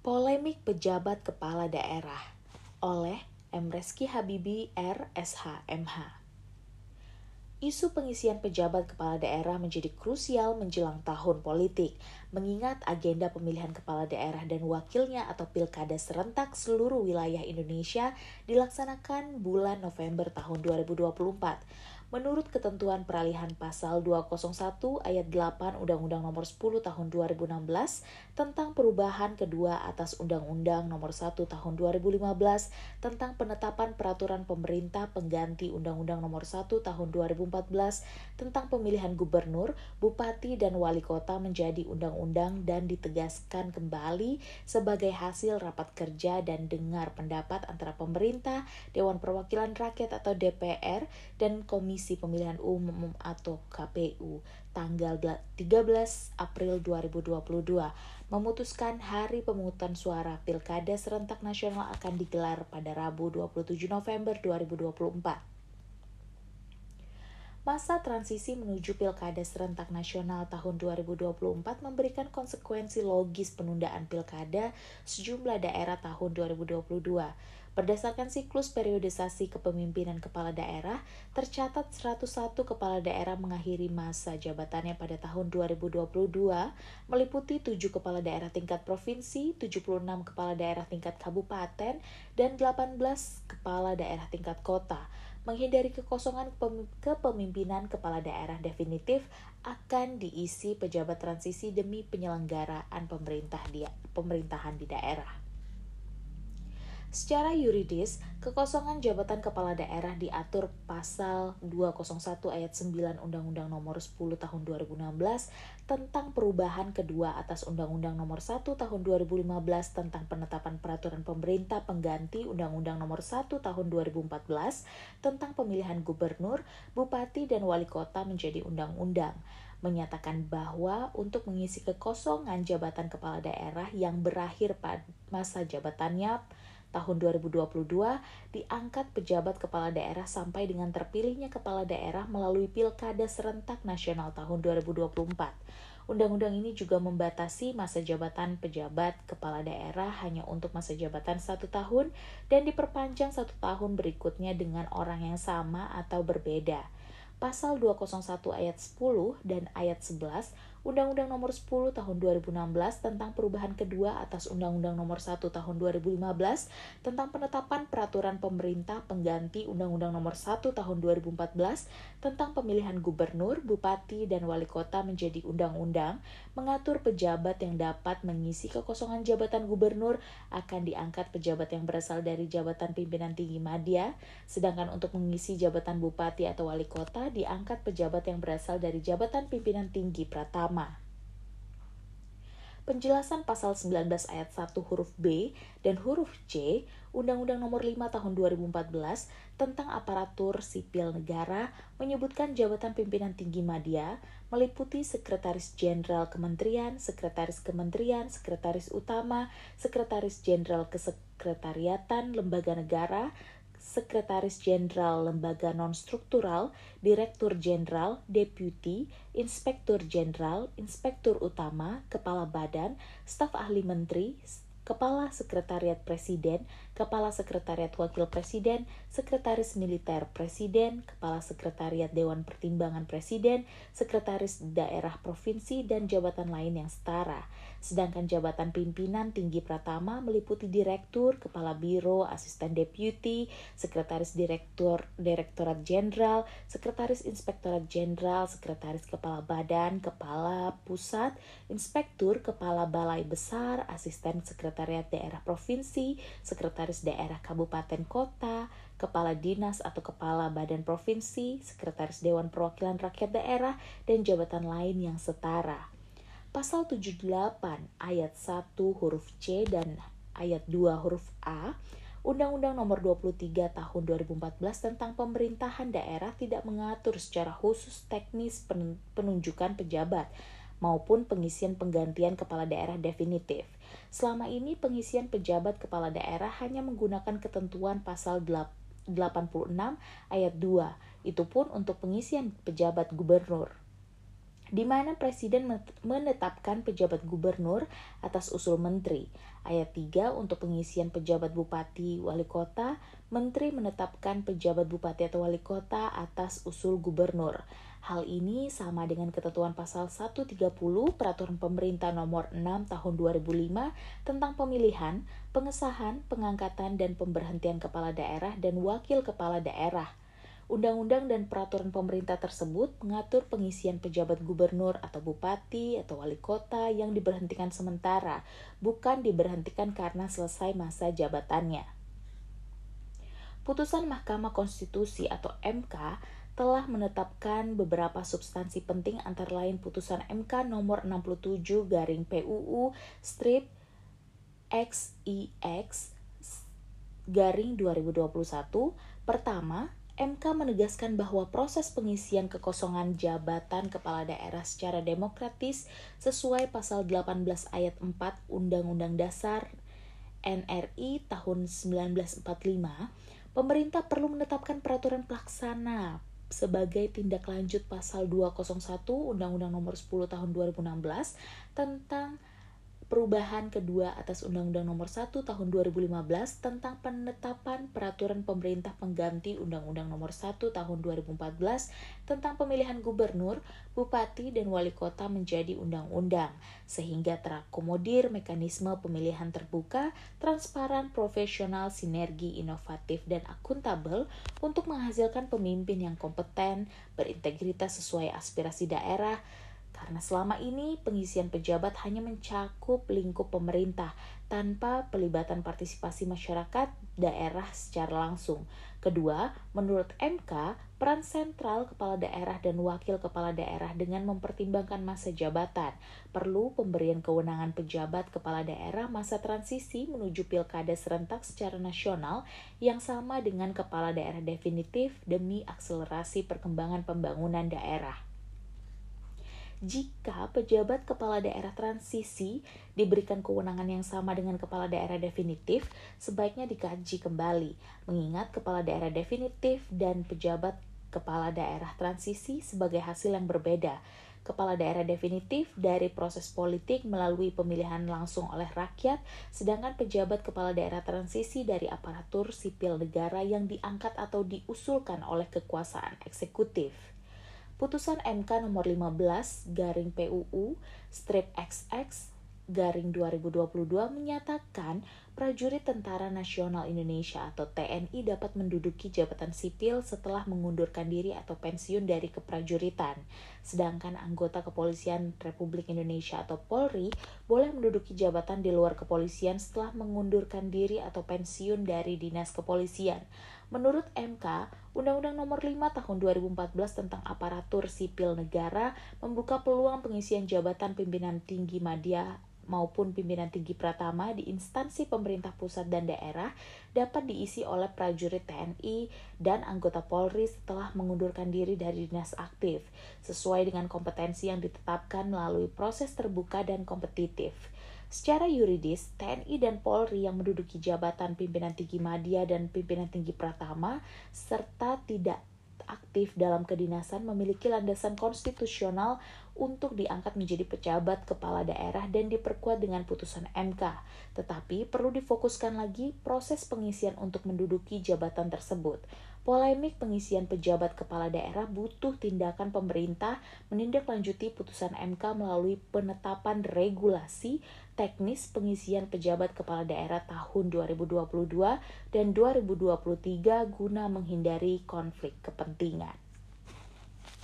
Polemik pejabat kepala daerah oleh M. Reski Habibi R.Sh. MH. Isu pengisian pejabat kepala daerah menjadi krusial menjelang tahun politik, mengingat agenda pemilihan kepala daerah dan wakilnya atau pilkada serentak seluruh wilayah Indonesia dilaksanakan bulan November tahun 2024. Menurut ketentuan peralihan pasal 201 ayat 8 Undang-Undang Nomor 10 Tahun 2016 tentang perubahan kedua atas Undang-Undang Nomor 1 Tahun 2015 tentang penetapan peraturan pemerintah pengganti Undang-Undang Nomor 1 Tahun 2014 tentang pemilihan gubernur, bupati, dan wali kota menjadi undang-undang dan ditegaskan kembali sebagai hasil rapat kerja dan dengar pendapat antara pemerintah, Dewan Perwakilan Rakyat atau DPR, dan Komisi Pemilihan Umum atau KPU tanggal 13 April 2022 memutuskan hari pemungutan suara Pilkada serentak nasional akan digelar pada Rabu 27 November 2024. Masa transisi menuju Pilkada serentak nasional tahun 2024 memberikan konsekuensi logis penundaan Pilkada sejumlah daerah tahun 2022. Berdasarkan siklus periodisasi kepemimpinan kepala daerah, tercatat 101 kepala daerah mengakhiri masa jabatannya pada tahun 2022, meliputi 7 kepala daerah tingkat provinsi, 76 kepala daerah tingkat kabupaten, dan 18 kepala daerah tingkat kota. Menghindari kekosongan kepemimpinan kepala daerah definitif akan diisi pejabat transisi demi penyelenggaraan pemerintahan di daerah. Secara yuridis, kekosongan jabatan kepala daerah diatur pasal 201 ayat 9 Undang-Undang Nomor 10 Tahun 2016 tentang perubahan kedua atas Undang-Undang Nomor 1 Tahun 2015 tentang penetapan peraturan pemerintah pengganti Undang-Undang Nomor 1 Tahun 2014 tentang pemilihan gubernur, bupati, dan wali kota menjadi undang-undang, menyatakan bahwa untuk mengisi kekosongan jabatan kepala daerah yang berakhir pada masa jabatannya tahun 2022 diangkat pejabat kepala daerah sampai dengan terpilihnya kepala daerah melalui Pilkada serentak nasional tahun 2024. Undang-undang ini juga membatasi masa jabatan pejabat kepala daerah hanya untuk masa jabatan 1 tahun dan diperpanjang 1 tahun berikutnya dengan orang yang sama atau berbeda. Pasal 201 ayat 10 dan ayat 11 Undang-Undang Nomor 10 Tahun 2016 tentang perubahan kedua atas Undang-Undang Nomor 1 Tahun 2015 tentang penetapan peraturan pemerintah pengganti Undang-Undang Nomor 1 Tahun 2014 tentang pemilihan gubernur, bupati, dan wali kota menjadi undang-undang, mengatur pejabat yang dapat mengisi kekosongan jabatan gubernur akan diangkat pejabat yang berasal dari jabatan pimpinan tinggi madya, sedangkan untuk mengisi jabatan bupati atau wali kota diangkat pejabat yang berasal dari jabatan pimpinan tinggi pratama. Penjelasan pasal 19 ayat 1 huruf B dan huruf C Undang-Undang Nomor 5 Tahun 2014 tentang aparatur sipil negara menyebutkan jabatan pimpinan tinggi madya meliputi Sekretaris Jenderal Kementerian, Sekretaris Kementerian, Sekretaris Utama, Sekretaris Jenderal Kesekretariatan Lembaga Negara, Sekretaris Jenderal Lembaga Non-Struktural, Direktur Jenderal, Deputi, Inspektur Jenderal, Inspektur Utama, Kepala Badan, Staf Ahli Menteri, Kepala Sekretariat Presiden, Kepala Sekretariat Wakil Presiden, Sekretaris Militer Presiden, Kepala Sekretariat Dewan Pertimbangan Presiden, Sekretaris Daerah Provinsi, dan jabatan lain yang setara. Sedangkan jabatan pimpinan tinggi pratama meliputi Direktur, Kepala Biro, Asisten Deputi, Sekretaris Direktorat Jenderal, Sekretaris Inspektorat Jenderal, Sekretaris Kepala Badan, Kepala Pusat, Inspektur, Kepala Balai Besar, Asisten Sekretariat Daerah Provinsi, Sekretaris Daerah Kabupaten Kota, Kepala Dinas atau Kepala Badan Provinsi, Sekretaris Dewan Perwakilan Rakyat Daerah, dan jabatan lain yang setara. Pasal 78 ayat 1 huruf C dan ayat 2 huruf A Undang-Undang Nomor 23 Tahun 2014 tentang pemerintahan daerah tidak mengatur secara khusus teknis penunjukan pejabat maupun pengisian penggantian kepala daerah definitif. Selama ini pengisian pejabat kepala daerah hanya menggunakan ketentuan pasal 86 ayat 2, itu pun untuk pengisian pejabat gubernur. di mana Presiden menetapkan pejabat gubernur atas usul menteri. Ayat 3 untuk pengisian pejabat bupati wali kota, menteri menetapkan pejabat bupati atau wali kota atas usul gubernur. Hal ini sama dengan ketentuan pasal 130 Peraturan Pemerintah Nomor 6 Tahun 2005 tentang pemilihan, pengesahan, pengangkatan, dan pemberhentian kepala daerah dan wakil kepala daerah. Undang-undang dan peraturan pemerintah tersebut mengatur pengisian pejabat gubernur atau bupati atau wali kota yang diberhentikan sementara, bukan diberhentikan karena selesai masa jabatannya. Putusan Mahkamah Konstitusi atau MK telah menetapkan beberapa substansi penting antara lain putusan MK nomor 67 garing PUU strip XIX garing 2021. Pertama, MK menegaskan bahwa proses pengisian kekosongan jabatan kepala daerah secara demokratis sesuai pasal 18 ayat 4 Undang-Undang Dasar NRI tahun 1945, pemerintah perlu menetapkan peraturan pelaksana sebagai tindak lanjut pasal 201 Undang-Undang Nomor 10 Tahun 2016 tentang perubahan kedua atas Undang-Undang Nomor 1 Tahun 2015 tentang penetapan peraturan pemerintah pengganti Undang-Undang Nomor 1 Tahun 2014 tentang pemilihan gubernur, bupati, dan wali kota menjadi undang-undang, sehingga terakomodir mekanisme pemilihan terbuka, transparan, profesional, sinergi, inovatif, dan akuntabel untuk menghasilkan pemimpin yang kompeten, berintegritas sesuai aspirasi daerah, karena selama ini pengisian pejabat hanya mencakup lingkup pemerintah tanpa pelibatan partisipasi masyarakat daerah secara langsung. Kedua, menurut MK, peran sentral kepala daerah dan wakil kepala daerah dengan mempertimbangkan masa jabatan. Perlu pemberian kewenangan pejabat kepala daerah masa transisi menuju pilkada serentak secara nasional yang sama dengan kepala daerah definitif demi akselerasi perkembangan pembangunan daerah. Jika pejabat kepala daerah transisi diberikan kewenangan yang sama dengan kepala daerah definitif, sebaiknya dikaji kembali, mengingat kepala daerah definitif dan pejabat kepala daerah transisi sebagai hasil yang berbeda. Kepala daerah definitif dari proses politik melalui pemilihan langsung oleh rakyat, sedangkan pejabat kepala daerah transisi dari aparatur sipil negara yang diangkat atau diusulkan oleh kekuasaan eksekutif. Putusan MK nomor 15 garing PUU strip XX garing 2022 menyatakan prajurit Tentara Nasional Indonesia atau TNI dapat menduduki jabatan sipil setelah mengundurkan diri atau pensiun dari keprajuritan. Sedangkan anggota Kepolisian Republik Indonesia atau Polri boleh menduduki jabatan di luar kepolisian setelah mengundurkan diri atau pensiun dari dinas kepolisian. Menurut MK, Undang-Undang Nomor 5 Tahun 2014 tentang Aparatur Sipil Negara membuka peluang pengisian jabatan pimpinan tinggi madya maupun pimpinan tinggi pratama di instansi pemerintah pusat dan daerah dapat diisi oleh prajurit TNI dan anggota Polri setelah mengundurkan diri dari dinas aktif, sesuai dengan kompetensi yang ditetapkan melalui proses terbuka dan kompetitif. Secara yuridis, TNI dan Polri yang menduduki jabatan pimpinan tinggi madya dan pimpinan tinggi pratama serta tidak aktif dalam kedinasan memiliki landasan konstitusional untuk diangkat menjadi pejabat kepala daerah dan diperkuat dengan putusan MK. Tetapi perlu difokuskan lagi proses pengisian untuk menduduki jabatan tersebut. Polemik pengisian pejabat kepala daerah butuh tindakan pemerintah menindaklanjuti putusan MK melalui penetapan regulasi teknis pengisian pejabat kepala daerah tahun 2022 dan 2023 guna menghindari konflik kepentingan.